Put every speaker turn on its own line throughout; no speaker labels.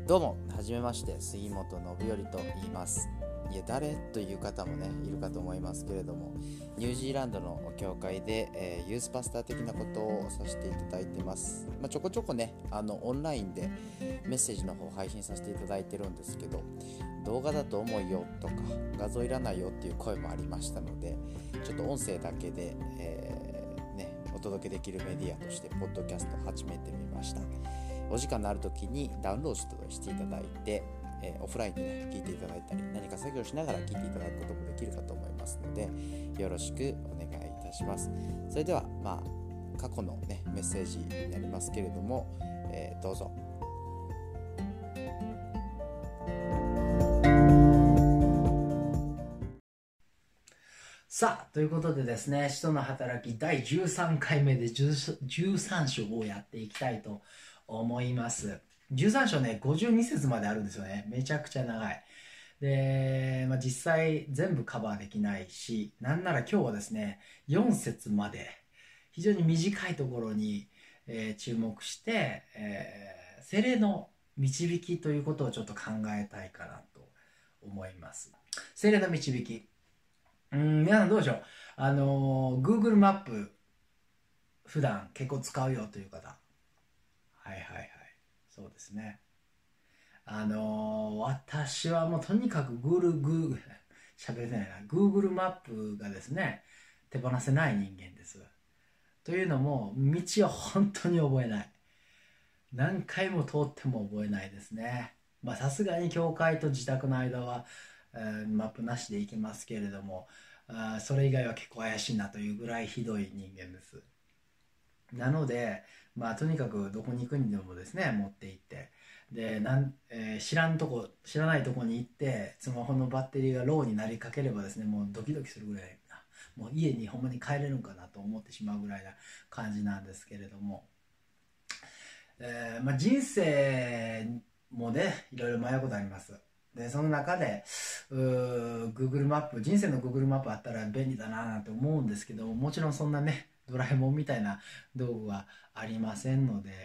どうも、はじめまして、杉本信頼と言います。いや、誰という方もね、いるかと思いますけれども、ニュージーランドの教会で、ユースパスター的なことをさせていただいてます。ちょこちょこね、オンラインでメッセージの方配信させていただいてるんですけど、動画だと重いよとか、画像いらないよっていう声もありましたので、ちょっと音声だけで、お届けできるメディアとして、ポッドキャストを始めてみました。お時間のある時にダウンロードしていただいて、オフラインで、聞いていただいたり、何か作業しながら聞いていただくこともできるかと思いますので、よろしくお願いいたします。それでは、過去の、メッセージになりますけれども、どうぞ。
さあ、ということでですね、使徒の働き第13回目で13章をやっていきたいと思います。13章ね、52節まであるんですよね。めちゃくちゃ長い。で、実際全部カバーできないし、なんなら今日はですね、4節まで非常に短いところに、注目して、聖霊の導きということをちょっと考えたいかなと思います。聖霊の導き。皆さんどうでしょう。Google マップ普段結構使うよという方。はい。そうですね。私はもうとにかく喋れないな。Google マップがですね、手放せない人間です。というのも、道は本当に覚えない。何回も通っても覚えないですね。さすがに教会と自宅の間は、マップなしで行けますけれども、それ以外は結構怪しいなというぐらいひどい人間です。なので、とにかくどこに行くにでもですね、持って行って、で、知らないとこに行って、スマホのバッテリーがローになりかければですね、もうドキドキするぐらいな、もう家にほんまに帰れるんかなと思ってしまうぐらいな感じなんですけれども、人生もね、いろいろ迷うことあります。で、その中で、Google マップ、人生の Google マップあったら便利だななんて思うんですけど、もちろんそんなね、ドラえもんみたいな道具はありませんので、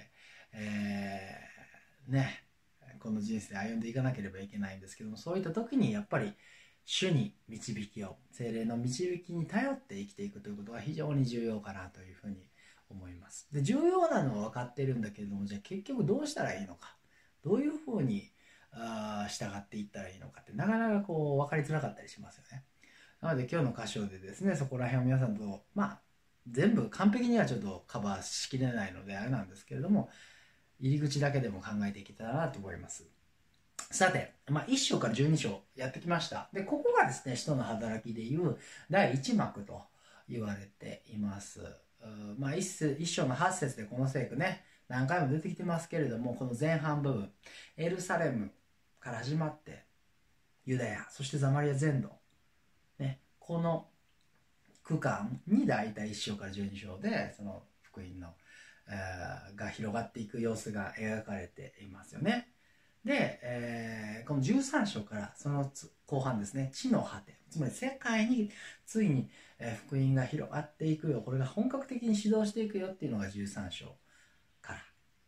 この人生歩んでいかなければいけないんですけども、そういった時にやっぱり主に導きを、聖霊の導きに頼って生きていくということが非常に重要かなというふうに思います。で、重要なのは分かっているんだけれども、じゃあ結局どうしたらいいのか、どういうふうに従っていったらいいのかってなかなか分かりづらかったりしますよね。なので今日の箇所でですね、そこら辺を皆さんと全部完璧にはちょっとカバーしきれないのであれなんですけれども、入り口だけでも考えていけたらなと思います。さて、1章から12章やってきました。で、ここがですね、使徒の働きでいう第1幕と言われています。1章の8節でこの聖句ね、何回も出てきてますけれども、この前半部分、エルサレムから始まってユダヤ、そしてザマリア全土、この区間に大体1章から12章でその福音の、が広がっていく様子が描かれていますよね。で、この13章からその後半ですね、地の果て、つまり世界についに、福音が広がっていくよ、これが本格的に始動していくよっていうのが13章から。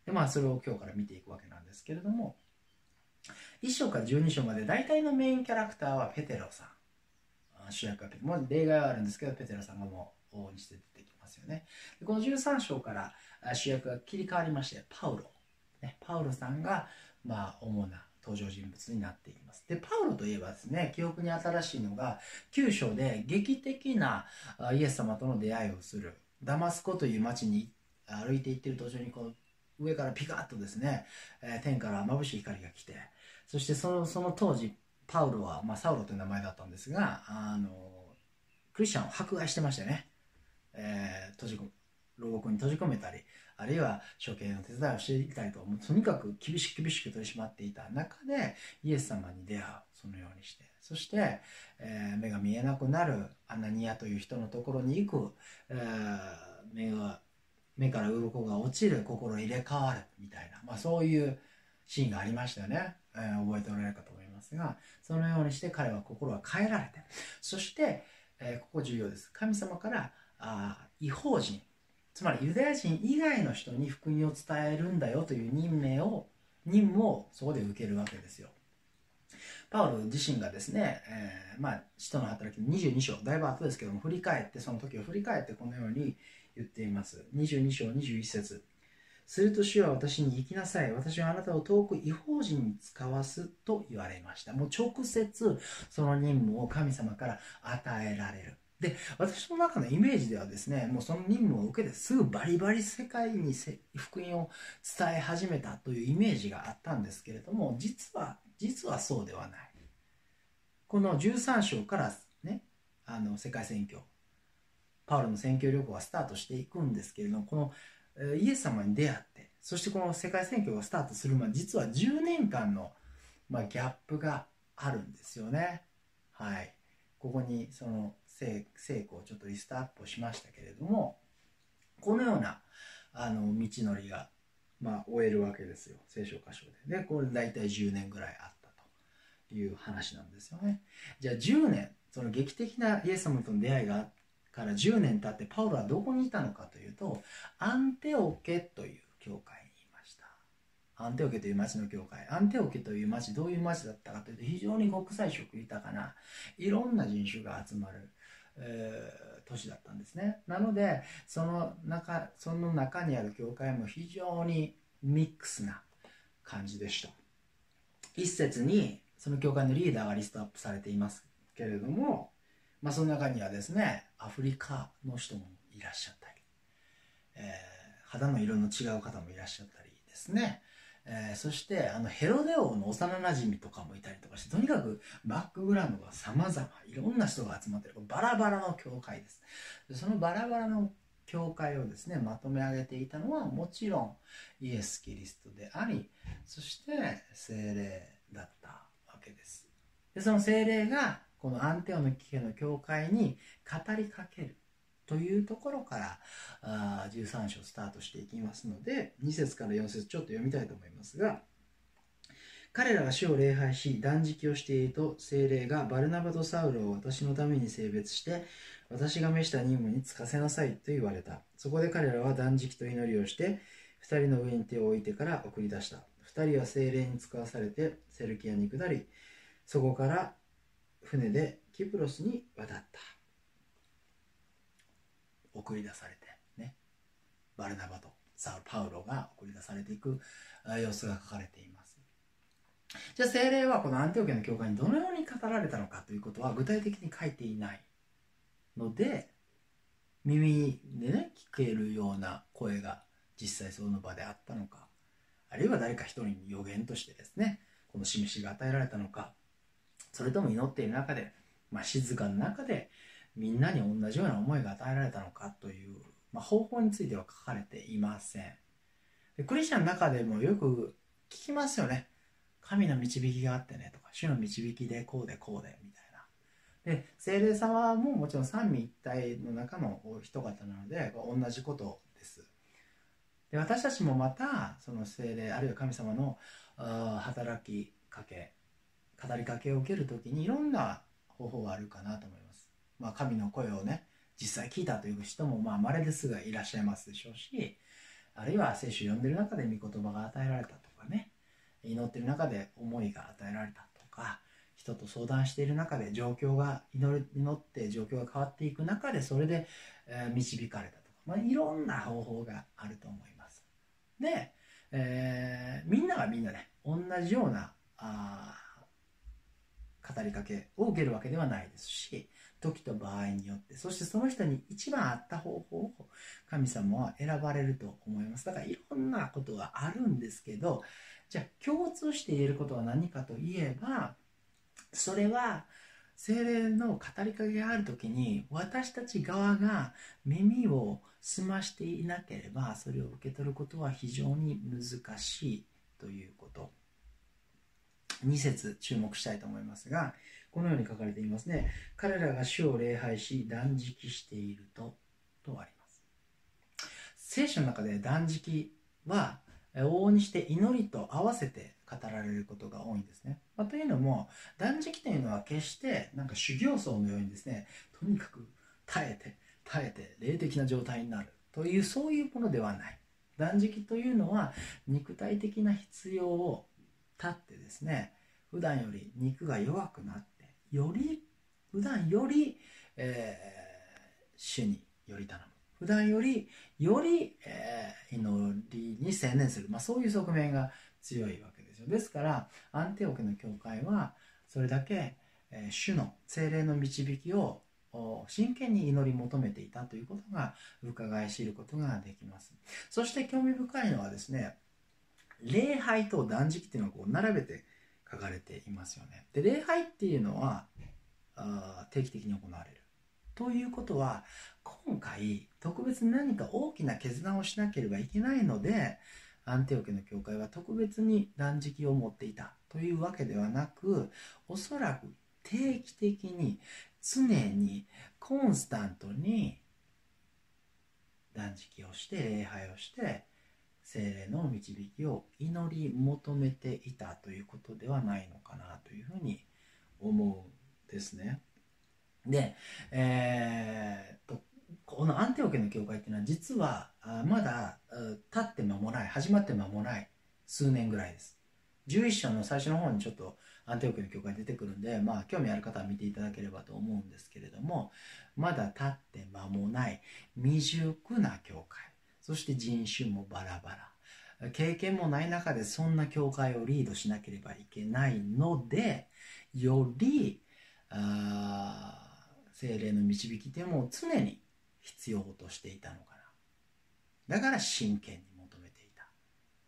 で、それを今日から見ていくわけなんですけれども、1章から12章まで大体のメインキャラクターはペテロさん。主役はペテロ。例外はあるんですけど、ペテロさんがもう往々にして出てきますよね。でこの13章から主役が切り替わりまして、パウロ。パウロさんが主な登場人物になっていきます。で、パウロといえばですね、記憶に新しいのが、9章で劇的なイエス様との出会いをする。ダマスコという町に歩いていってる途中にこう上からピカッとですね、天から眩しい光が来て、そしてその当時、パウロは、サウロという名前だったんですが、クリスチャンを迫害してましたね。牢獄に閉じ込めたり、あるいは処刑の手伝いをしていたりと、とにかく厳しく取り締まっていた中でイエス様に出会う。そのようにして、そして、目が見えなくなるアナニアという人のところに行く、目から鱗が落ちる、心入れ替わるみたいな、そういうシーンがありましたよね。覚えておられるかと思いますが、そのようにして彼は心が変えられて、そして、ここ重要です。神様から異邦人、つまりユダヤ人以外の人に福音を伝えるんだよという任命を任務をそこで受けるわけですよ。パウロ自身がですね、使徒の働きの22章、だいぶ後ですけども、その時を振り返ってこのように言っています。22章21節。すると主は私に行きなさい。私はあなたを遠く異邦人に使わすと言われました。もう直接その任務を神様から与えられる。で、私の中のイメージではですね、もうその任務を受けてすぐバリバリ世界に福音を伝え始めたというイメージがあったんですけれども、実はそうではない。この13章からね、世界宣教、パウロの宣教旅行がスタートしていくんですけれども、このイエス様に出会って、そしてこの世界宣教がスタートするまで、実は10年間の、ギャップがあるんですよね。はい。ここにその聖句をちょっとリストアップをしましたけれども、このような道のりが、終えるわけですよ。聖書箇所で。で、これ大体10年ぐらいあったという話なんですよね。じゃあ10年、その劇的なイエス様との出会いがあって、から10年経ってパウロはどこにいたのかというと、アンテオケという教会にいました。アンテオケという町の教会。アンテオケという町、どういう町だったかというと、非常に国際色豊かないろんな人種が集まる、都市だったんですね。なのでその中にある教会も非常にミックスな感じでした。一節にその教会のリーダーがリストアップされていますけれども、その中にはですね、アフリカの人もいらっしゃったり、肌の色の違う方もいらっしゃったりですね、そしてヘロデ王の幼なじみとかもいたりとかして、とにかくバックグラウンドが様々、いろんな人が集まっているバラバラの教会です。でそのバラバラの教会をですね、まとめ上げていたのはもちろんイエス・キリストであり、そして聖霊だったわけです。でその聖霊がこのアンテオの家の教会に語りかけるというところから13章スタートしていきますので、2節から4節ちょっと読みたいと思いますが、彼らが主を礼拝し断食をしていると、聖霊がバルナバとサウロを私のために性別して、私が召した任務に就かせなさいと言われた。そこで彼らは断食と祈りをして2人の上に手を置いてから送り出した。2人は聖霊に使わされてセルキアに下り、そこから船でキプロスに渡った。送り出されてね、バルナバとパウロが送り出されていく様子が書かれています。じゃあ聖霊はこのアンテオケの教会にどのように語られたのかということは具体的に書いていないので、耳でね聞けるような声が実際その場であったのか、あるいは誰か一人に予言としてですねこの示しが与えられたのか、それとも祈っている中で、静かな中でみんなに同じような思いが与えられたのかという、方法については書かれていません。でクリスチャンの中でもよく聞きますよね。神の導きがあってねとか、主の導きでこうでこうでみたいな。で聖霊様ももちろん三位一体の中の一方なので同じことです。で私たちもまたその聖霊あるいは神様の働きかけ、語りかけを受けるときにいろんな方法があるかなと思います。神の声をね実際聞いたという人も稀ですがいらっしゃいますでしょうし、あるいは聖書を読んでいる中で御言葉が与えられたとかね、祈っている中で思いが与えられたとか、人と相談している中で状況が祈って状況が変わっていく中でそれで導かれたとか、いろんな方法があると思います。で、みんながみんなね同じような語りかけを受けるわけではないですし、時と場合によって、そしてその人に一番合った方法を神様は選ばれると思います。だからいろんなことがあるんですけど、じゃあ共通して言えることは何かといえば、それは聖霊の語りかけがあるときに私たち側が耳を澄ましていなければそれを受け取ることは非常に難しいということ。2節注目したいと思いますが、このように書かれていますね。彼らが主を礼拝し断食しているとあります。聖書の中で断食は往々にして祈りと合わせて語られることが多いんですね。というのも断食というのは決して修行僧のようにですね、とにかく耐えて霊的な状態になるというそういうものではない。 断食というのは肉体的な必要を断ってですね、普段より肉が弱くなって、普段より、主により頼む。普段より祈りに専念する、そういう側面が強いわけですよ。ですからアンティオケの教会はそれだけ、主の聖霊の導きを真剣に祈り求めていたということが伺い知ることができます。そして興味深いのはですね、礼拝と断食っていうのをこう並べて書かれていますよね。で、礼拝っていうのは定期的に行われるということは、今回特別に何か大きな決断をしなければいけないので、アンティオケの教会は特別に断食を持っていたというわけではなく、おそらく定期的に常にコンスタントに断食をして礼拝をして聖霊の導きを祈り求めていたということではないのかなというふうに思うんですね。で、このアンティオケの教会っていうのは実はまだ経って間もない、始まって間もない数年ぐらいです。11章の最初の方にちょっとアンティオケの教会出てくるんで、興味ある方は見ていただければと思うんですけれども、まだ経って間もない未熟な教会、そして人種もバラバラ、経験もない中でそんな教会をリードしなければいけないので、より聖霊の導きというのを常に必要としていたのかな。だから真剣に求めていた。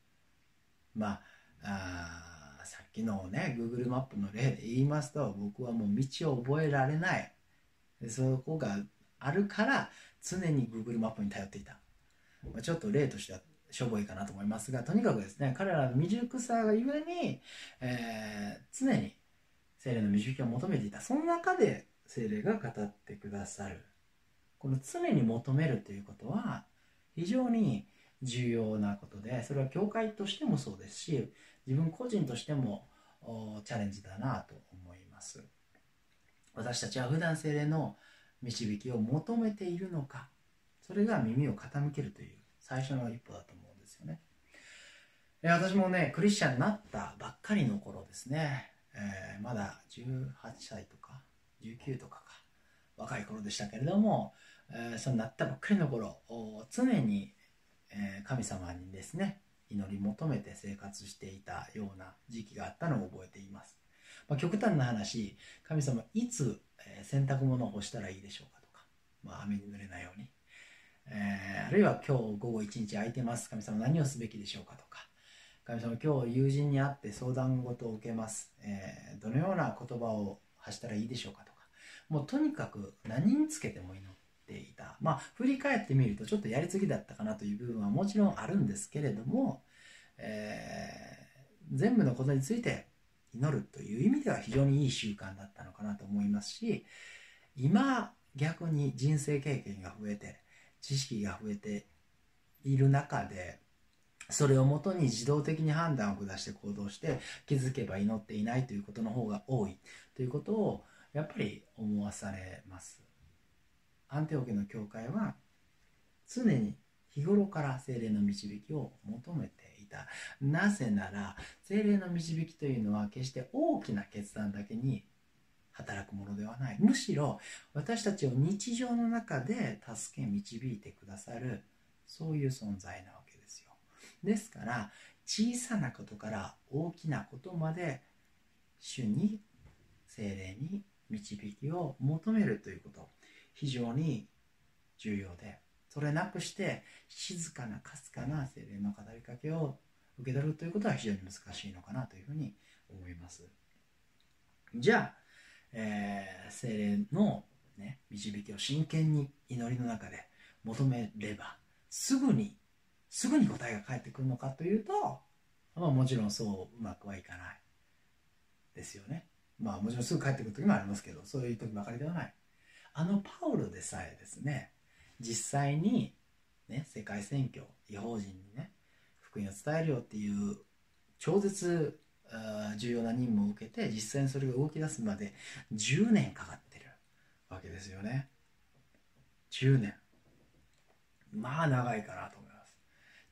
さっきのね Google マップの例で言いますと、僕はもう道を覚えられない、そこがあるから常に Google マップに頼っていた。ちょっと例としてはしょぼいかなと思いますが、とにかくですね、彼らの未熟さがゆえに、常に聖霊の導きを求めていた。その中で聖霊が語ってくださる。この常に求めるということは非常に重要なことで、それは教会としてもそうですし、自分個人としてもチャレンジだなと思います。私たちは普段聖霊の導きを求めているのか、それが耳を傾けるという最初の一歩だと思うんですよね。私もね、クリスチャンになったばっかりの頃ですね、まだ18歳とか19とか若い頃でしたけれども、そうなったばっかりの頃、常に、神様にですね祈り求めて生活していたような時期があったのを覚えています。極端な話、神様いつ、洗濯物を干したらいいでしょうかとか、雨に濡れないように、あるいは今日午後一日空いてます、神様何をすべきでしょうかとか、神様今日友人に会って相談事を受けます、どのような言葉を発したらいいでしょうかとか、もうとにかく何につけても祈っていた。振り返ってみるとちょっとやりすぎだったかなという部分はもちろんあるんですけれども、全部のことについて祈るという意味では非常にいい習慣だったのかなと思いますし、今逆に人生経験が増えて知識が増えている中で、それをもとに自動的に判断を下して行動して気づけば祈っていないということの方が多いということをやっぱり思わされます。アンティオケの教会は常に日頃から聖霊の導きを求めていた。なぜなら聖霊の導きというのは決して大きな決断だけに働くものではない。むしろ私たちを日常の中で助け導いてくださる、そういう存在なわけですよ。ですから小さなことから大きなことまで主に聖霊に導きを求めるということ、非常に重要で、それなくして静かなかすかな聖霊の語りかけを受け取るということは非常に難しいのかなというふうに思います。じゃあ、聖霊の、導きを真剣に祈りの中で求めればすぐに答えが返ってくるのかというと、もちろんそううまくはいかないですよね。もちろんすぐ帰ってくる時もありますけど、そういう時ばかりではない。パウロでさえですね、実際に、世界宣教、異邦人に福音を伝えるよっていう超絶重要な任務を受けて、実際にそれが動き出すまで10年かかってるわけですよね。10年。長いかなと思います。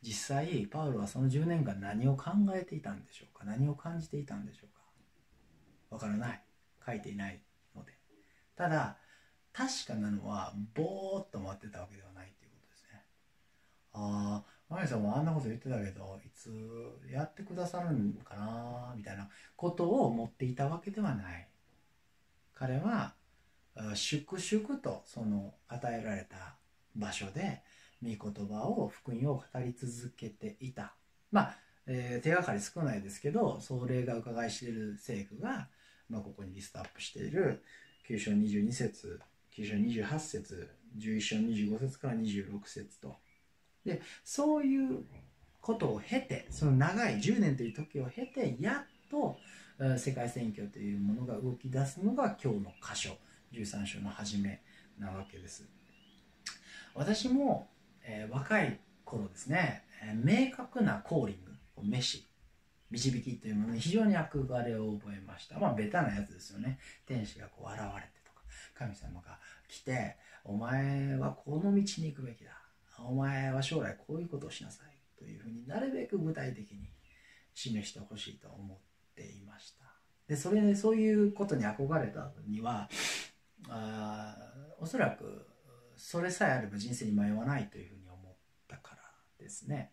実際パウロはその10年間何を考えていたんでしょうか、何を感じていたんでしょうか。わからない、書いていないので。ただ確かなのはぼーっと待ってたわけではないということですね。ああ、マミさんもあんなこと言ってたけどいつやってくださるんかなみたいなことを思っていたわけではない。彼は粛々とその与えられた場所で御言葉を福音を語り続けていた。まあ、手がかり少ないですけど、それが伺い知れる聖句が、ここにリストアップしている9章22節、9章28節、11章25節から26節と。で、そういうことを経て、その長い10年という時を経て、やっと世界選挙というものが動き出すのが今日の箇所、13章の始めなわけです。私も、若い頃ですね、明確なコーリング、導きというものに非常に憧れを覚えました。ベタなやつですよね。天使がこう現れてとか、神様が来て、お前はこの道に行くべきだ。お前は将来こういうことをしなさい。というふうになるべく具体的に示してほしいと思っていました。で、そういうことに憧れたには、おそらくそれさえあれば人生に迷わないというふうに思ったからですね。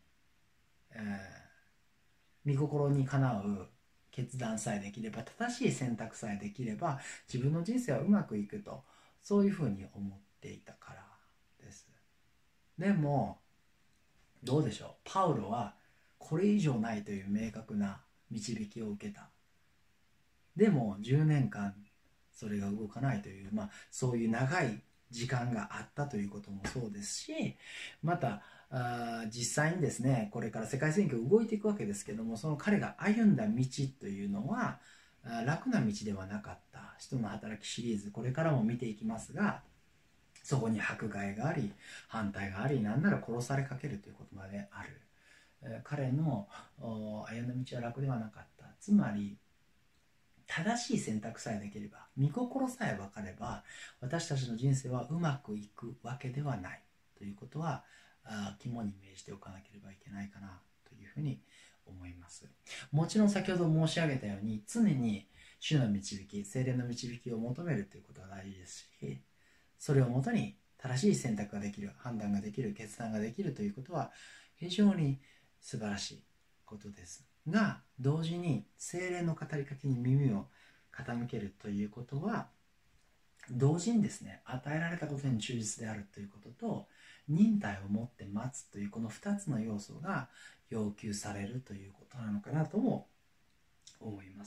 御心にかなう決断さえできれば、正しい選択さえできれば自分の人生はうまくいくと、そういうふうに思っていたからです。でもどうでしょう、パウロはこれ以上ないという明確な導きを受けた。でも10年間それが動かないという、そういう長い時間があったということもそうですし、また実際にですね、これから世界選挙動いていくわけですけども、その彼が歩んだ道というのは楽な道ではなかった。使徒の働きシリーズ、これからも見ていきますが、そこに迫害があり、反対があり、なんなら殺されかけるということまである。彼の歩んだ道は楽ではなかった。つまり正しい選択さえできれば、御心さえ分かれば、私たちの人生はうまくいくわけではないということは肝に銘じておかなければいけないかなというふうに思います。もちろん先ほど申し上げたように、常に主の導き、聖霊の導きを求めるということは大事ですし、それをもとに正しい選択ができる、判断ができる、決断ができるということは非常に素晴らしいことですが、同時に聖霊の語りかけに耳を傾けるということは、同時にですね、与えられたことに忠実であるということと、忍耐を持って待つというこの2つの要素が要求されるということなのかなとも思います。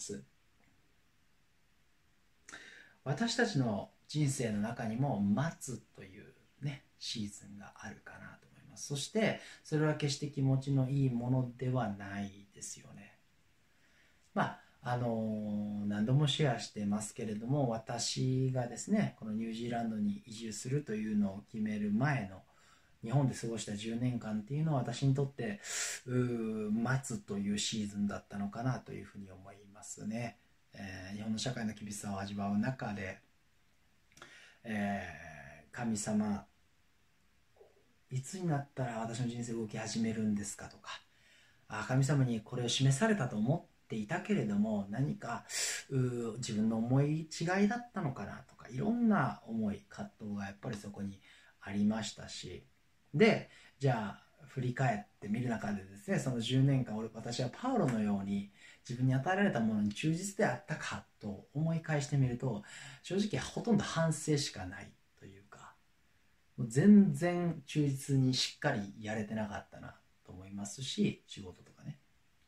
私たちの人生の中にも待つというね、シーズンがあるかなと思います。そしてそれは決して気持ちのいいものではないですよね。何度もシェアしてますけれども、私がですね、このニュージーランドに移住するというのを決める前の日本で過ごした10年間っていうのは、私にとって待つというシーズンだったのかなというふうに思いますね。日本の社会の厳しさを味わう中で、神様いつになったら私の人生動き始めるんですかとか、神様にこれを示されたと思っていたけれども、何か自分の思い違いだったのかなとか、いろんな思い葛藤がやっぱりそこにありましたし、でじゃあ振り返ってみる中でですね、その10年間私はパウロのように自分に与えられたものに忠実であったかと思い返してみると、正直ほとんど反省しかないというか、もう全然忠実にしっかりやれてなかったなと思いますし、仕事とかね、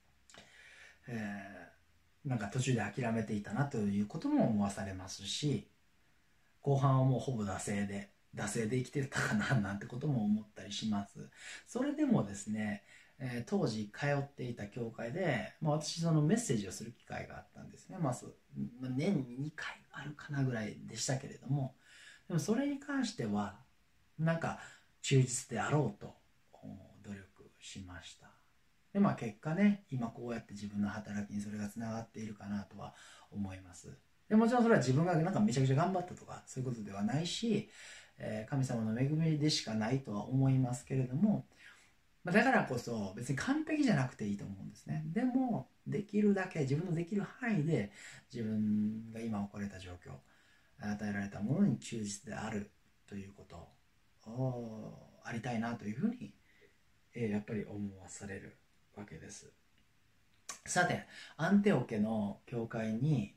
なんか途中で諦めていたなということも思わされますし、後半はもうほぼ惰性で生きてたかななんてことも思ったりします。それでもですね、当時通っていた教会で、私そのメッセージをする機会があったんですね。年に2回あるかなぐらいでしたけれども、でもそれに関してはなんか忠実であろうと努力しました。で結果ね、今こうやって自分の働きにそれがつながっているかなとは思います。でもちろんそれは自分がなんかめちゃくちゃ頑張ったとかそういうことではないし、神様の恵みでしかないとは思いますけれども、 だからこそ別に完璧じゃなくていいと思うんですね。でもできるだけ自分のできる範囲で自分が今置かれた状況、与えられたものに忠実であるということをありたいなというふうに、やっぱり思わされるわけです。さて、アンテオ家の教会に、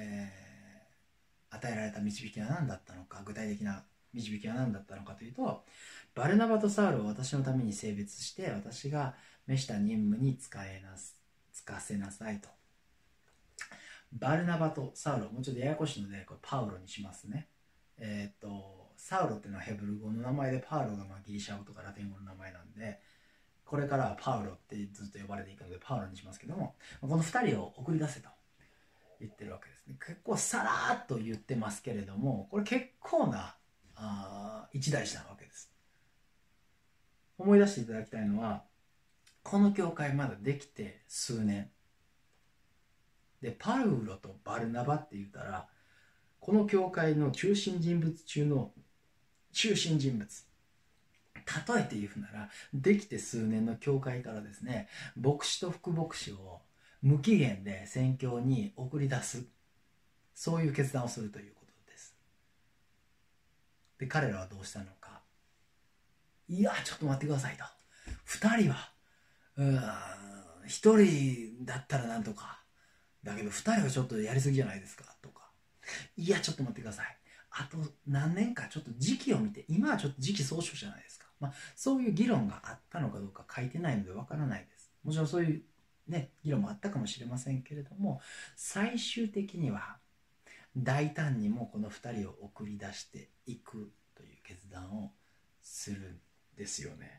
与えられた導きは何だったのか、具体的な導きは何だったのかというと、バルナバとサウルを私のために性別して私が召した任務に就かせなさいと。バルナバとサウル、もうちょっとややこしいのでこれパウロにしますね。サウロっていうのはヘブル語の名前で、パウロがギリシャ語とかラテン語の名前なんで、これからはパウロってずっと呼ばれていくのでパウロにしますけども、この2人を送り出せと言ってるわけですね。結構さらっと言ってますけれども、これ結構な一大事なわけです。思い出していただきたいのは、この教会まだできて数年で、パウロとバルナバって言ったらこの教会の中心人物中の中心人物、例えて言うならできて数年の教会からですね、牧師と副牧師を無期限で宣教に送り出す、そういう決断をするということです。で、彼らはどうしたのか。いやちょっと待ってくださいと。2人は1人だったらなんとかだけど2人はちょっとやりすぎじゃないですかとか、いやちょっと待ってください、あと何年かちょっと時期を見て、今はちょっと時期尚早じゃないですか。そういう議論があったのかどうか書いてないのでわからないです。もちろんそういうね議論もあったかもしれませんけれども、最終的には大胆にもこの2人を送り出していくという決断をするんですよね。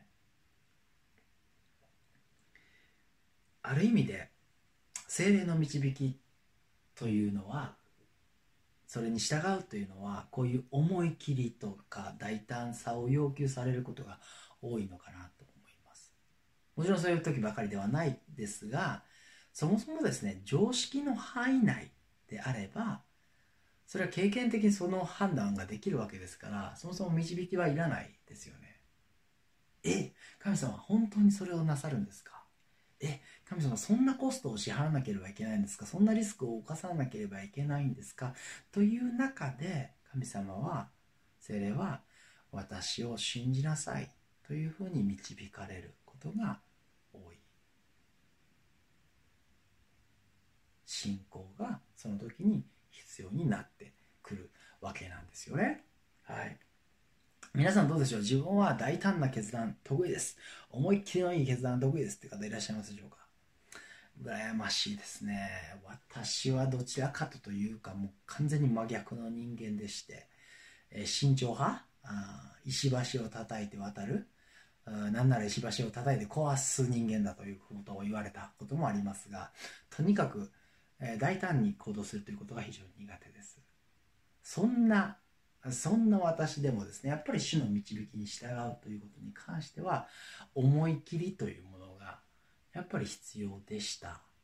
ある意味で聖霊の導きというのは、それに従うというのは、こういう思い切りとか大胆さを要求されることが多いのかなと思います。もちろんそういう時ばかりではないですが、そもそもですね、常識の範囲内であれば、それは経験的にその判断ができるわけですから、そもそも導きはいらないですよね。神様は本当にそれをなさるんですか？神様そんなコストを支払わなければいけないんですか？そんなリスクを冒さなければいけないんですか？という中で神様は、聖霊は私を信じなさいというふうに導かれることが多い。信仰がその時に必要になってくるわけなんですよね。はい。皆さんどうでしょう？自分は大胆な決断得意です。思いっきりのいい決断得意ですって方いらっしゃいますでしょうか？羨ましいですね。私はどちらかというか、もう完全に真逆の人間でして、慎重派、石橋を叩いて渡る、なんなら石橋を叩いて壊す人間だということを言われたこともありますが、とにかく、大胆に行動するということが非常に苦手です。そんな私でもですね、やっぱり主の導きに従うということに関しては、思い切りというものがやっぱり必要でした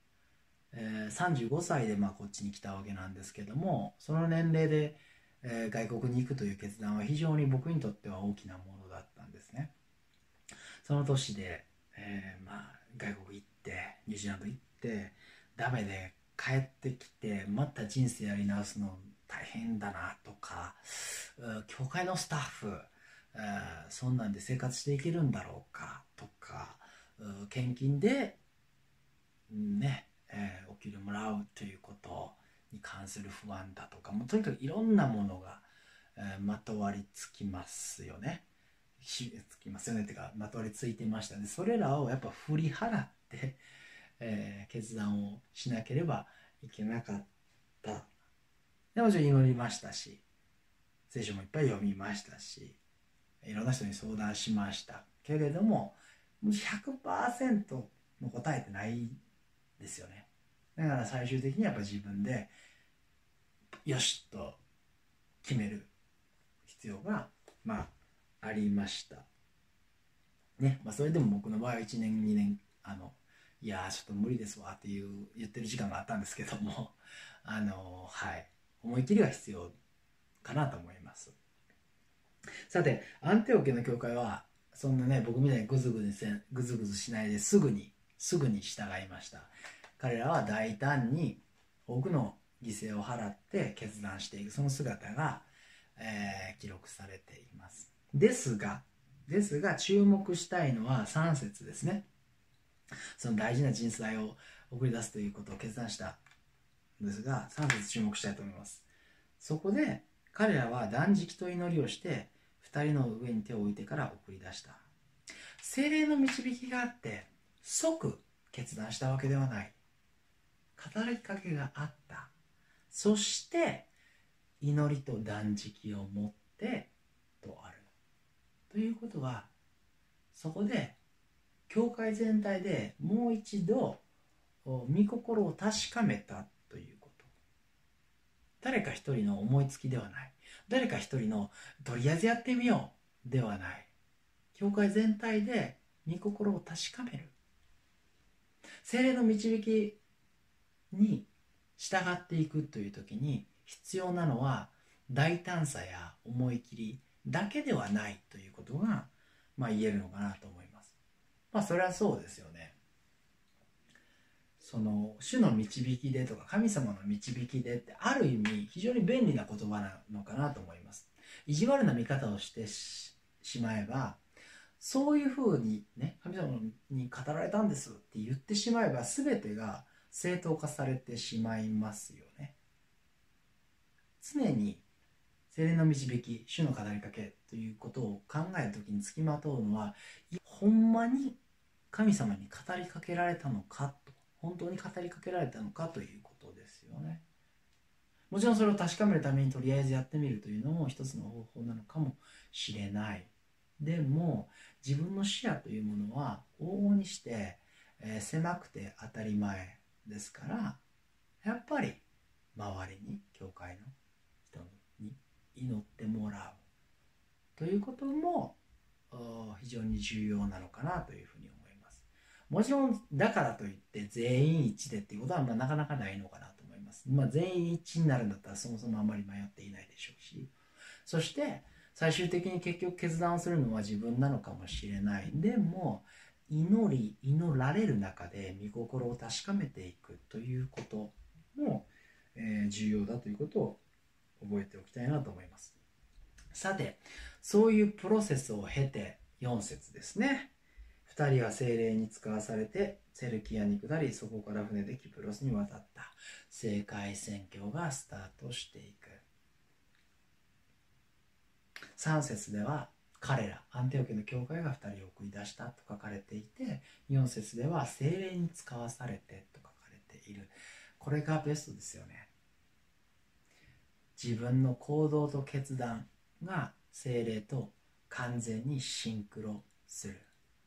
。35歳でこっちに来たわけなんですけども、その年齢で、外国に行くという決断は非常に僕にとっては大きなものだったんですね。その年で、外国行ってニュージーランド行ってダメで帰ってきて、また人生やり直すの大変だなとか、教会のスタッフ、そんなんで生活していけるんだろうかとか、献金でね、お給料もらうということに関する不安だとか、もうとにかくいろんなものが、まとわりつきますよね。つきますよねっていうか、まとわりついてましたね。それらをやっぱ振り払って、決断をしなければいけなかった。でもちろん祈りましたし、聖書もいっぱい読みましたし、いろんな人に相談しましたけれども、100% の答えってないですよね。だから最終的にやっぱ自分でよしと決める必要がありましたね。それでも僕の場合は1年2年いやちょっと無理ですわって言ってる時間があったんですけども、思い切りが必要かなと思います。さて、アンテオ家の教会はそんなね、僕みたいにグズグズしないですぐに従いました。彼らは大胆に多くの犠牲を払って決断していく、その姿が、記録されています。ですが注目したいのは3節ですね。その大事な人材を送り出すということを決断したんですが、3節注目したいと思います。そこで彼らは断食と祈りをして2人の上に手を置いてから送り出した。聖霊の導きがあって即決断したわけではない。語りかけがあった。そして祈りと断食をもってとある。ということは、そこで教会全体でもう一度御心を確かめたということ。誰か一人の思いつきではない。誰か一人のとりあえずやってみようではない。教会全体で御心を確かめる。聖霊の導きに従っていくという時に必要なのは大胆さや思い切りだけではないということが、言えるのかなと思います。それはそうですよね。その主の導きでとか神様の導きでってある意味非常に便利な言葉なのかなと思います。意地悪な見方をしてしまえば、そういうふうにね、神様に語られたんですって言ってしまえば全てが正当化されてしまいますよね。常に聖霊の導き、主の語りかけということを考えるときにつきまとうのは、ほんまに神様に語りかけられたのかと、本当に語りかけられたのかということですよね。もちろんそれを確かめるためにとりあえずやってみるというのも一つの方法なのかもしれない。でも自分の視野というものは往々にして、狭くて当たり前ですから、やっぱり周りに教会の人に祈ってもらうということも非常に重要なのかなというふうに思います。もちろんだからといって全員一致でっていうことはなかなかないのかなと思います。全員一致になるんだったらそもそもあんまり迷っていないでしょうし、そして最終的に結局決断をするのは自分なのかもしれない。でも祈られる中で御心を確かめていくということも、重要だということを覚えておきたいなと思います。さて、そういうプロセスを経て4節ですね。2人は聖霊に使わされてセルキアに下り、そこから船でキプロスに渡った。政界宣教がスタートしていく。3節では彼らアンテオケの教会が2人を送り出したと書かれていて、4節では聖霊に使わされてと書かれている。これがベストですよね。自分の行動と決断が聖霊と完全にシンクロする。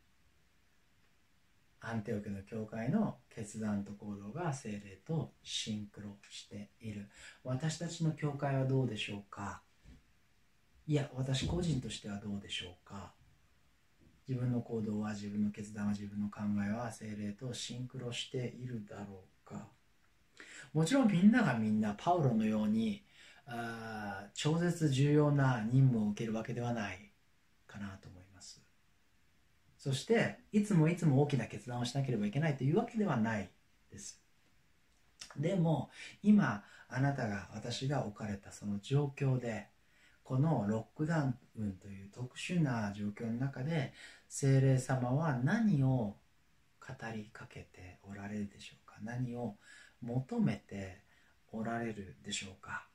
アンテオケの教会の決断と行動が聖霊とシンクロしている。私たちの教会はどうでしょうか。いや、私個人としてはどうでしょうか。自分の行動は、自分の決断は、自分の考えは聖霊とシンクロしているだろうか。もちろんみんながみんなパウロのように超絶重要な任務を受けるわけではないかなと思います。そしていつも大きな決断をしなければいけないというわけではないです。でも今あなたが、私が置かれたその状況で、このロックダウンという特殊な状況の中で聖霊様は何を語りかけておられるでしょうか。何を求めておられるでしょうか。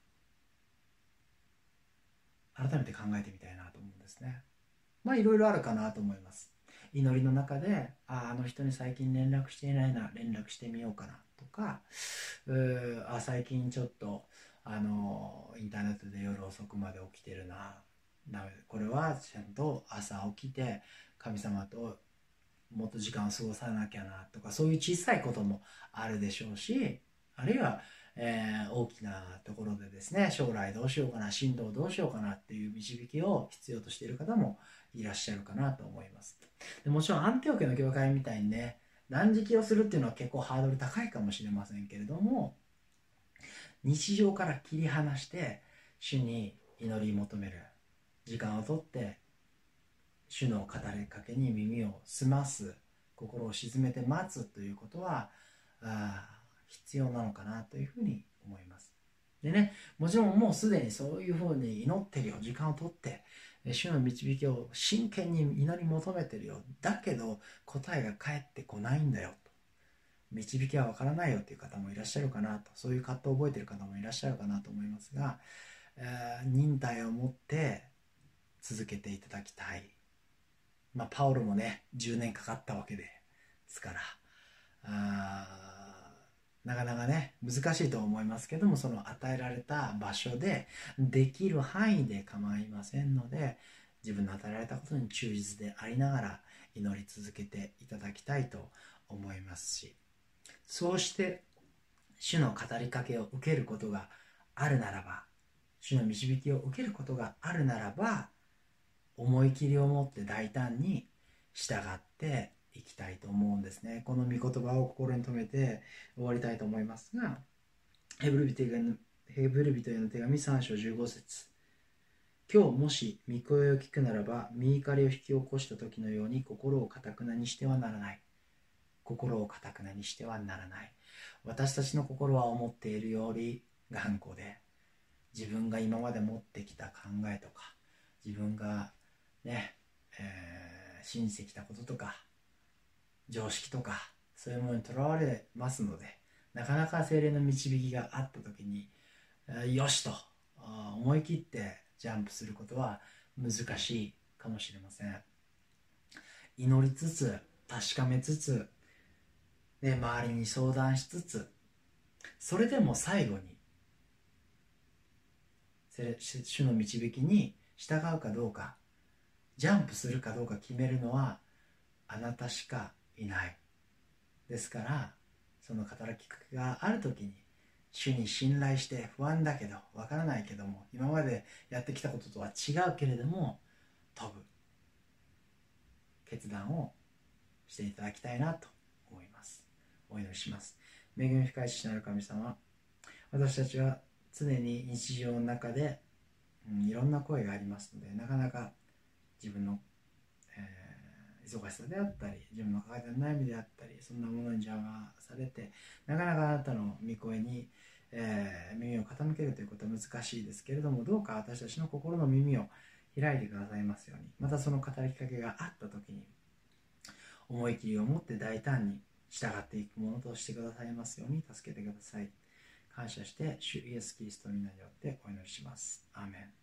改めて考えてみたいなと思うんですね。いろいろあるかなと思います。祈りの中で、あの人に最近連絡していないな、連絡してみようかなとか、最近ちょっとインターネットで夜遅くまで起きてるな、これはちゃんと朝起きて神様ともっと時間を過ごさなきゃなとか、そういう小さいこともあるでしょうし、あるいは、大きなところでですね、将来どうしようかな、進路をどうしようかなっていう導きを必要としている方もいらっしゃるかなと思います。でもちろんアンテオケの教会みたいにね、断食をするっていうのは結構ハードル高いかもしれませんけれども、日常から切り離して主に祈り求める時間をとって主の語りかけに耳を澄ます、心を静めて待つということは必要なのかなというふうに思います。でね、もちろんもうすでにそういうふうに祈ってるよ、時間をとって主の導きを真剣に祈り求めてるよ、だけど答えが返ってこないんだよと、導きはわからないよという方もいらっしゃるかなと、そういう葛藤を覚えている方もいらっしゃるかなと思いますが、忍耐を持って続けていただきたい。パウロもね10年かかったわけですから、なかなかね難しいと思いますけども、その与えられた場所でできる範囲で構いませんので、自分の与えられたことに忠実でありながら祈り続けていただきたいと思いますし、そうして主の語りかけを受けることがあるならば、主の導きを受けることがあるならば、思い切りを持って大胆に従っていきたいと思うんですね。この御言葉を心に留めて終わりたいと思いますが、ヘブル人への手紙3章15節、今日もし御声を聞くならば、御怒りを引き起こした時のように心を堅くなにしてはならない。心を堅くなにしてはならない。私たちの心は思っているより頑固で、自分が今まで持ってきた考えとか、自分がね、信じてきたこととか常識とか、そういうものにとらわれますので、なかなか聖霊の導きがあった時によしと思い切ってジャンプすることは難しいかもしれません。祈りつつ、確かめつつ、周りに相談しつつ、それでも最後に主の導きに従うかどうか、ジャンプするかどうか決めるのはあなたしかいない。ですから、その働きかけがあるときに、主に信頼して不安だけど、わからないけども、今までやってきたこととは違うけれども、飛ぶ決断をしていただきたいなと思います。お祈りします。恵み深い父なる神様、私たちは常に日常の中で、いろんな声がありますので、なかなか自分の、忙しさであったり、自分の抱えた悩みであったり、そんなものに邪魔されて、なかなかあなたの御声に、耳を傾けるということは難しいですけれども、どうか私たちの心の耳を開いてくださいますように、またその語りかけがあったときに、思い切りを持って大胆に従っていくものとしてくださいますように助けてください。感謝して主イエスキリストの皆によってお祈りします。アーメン。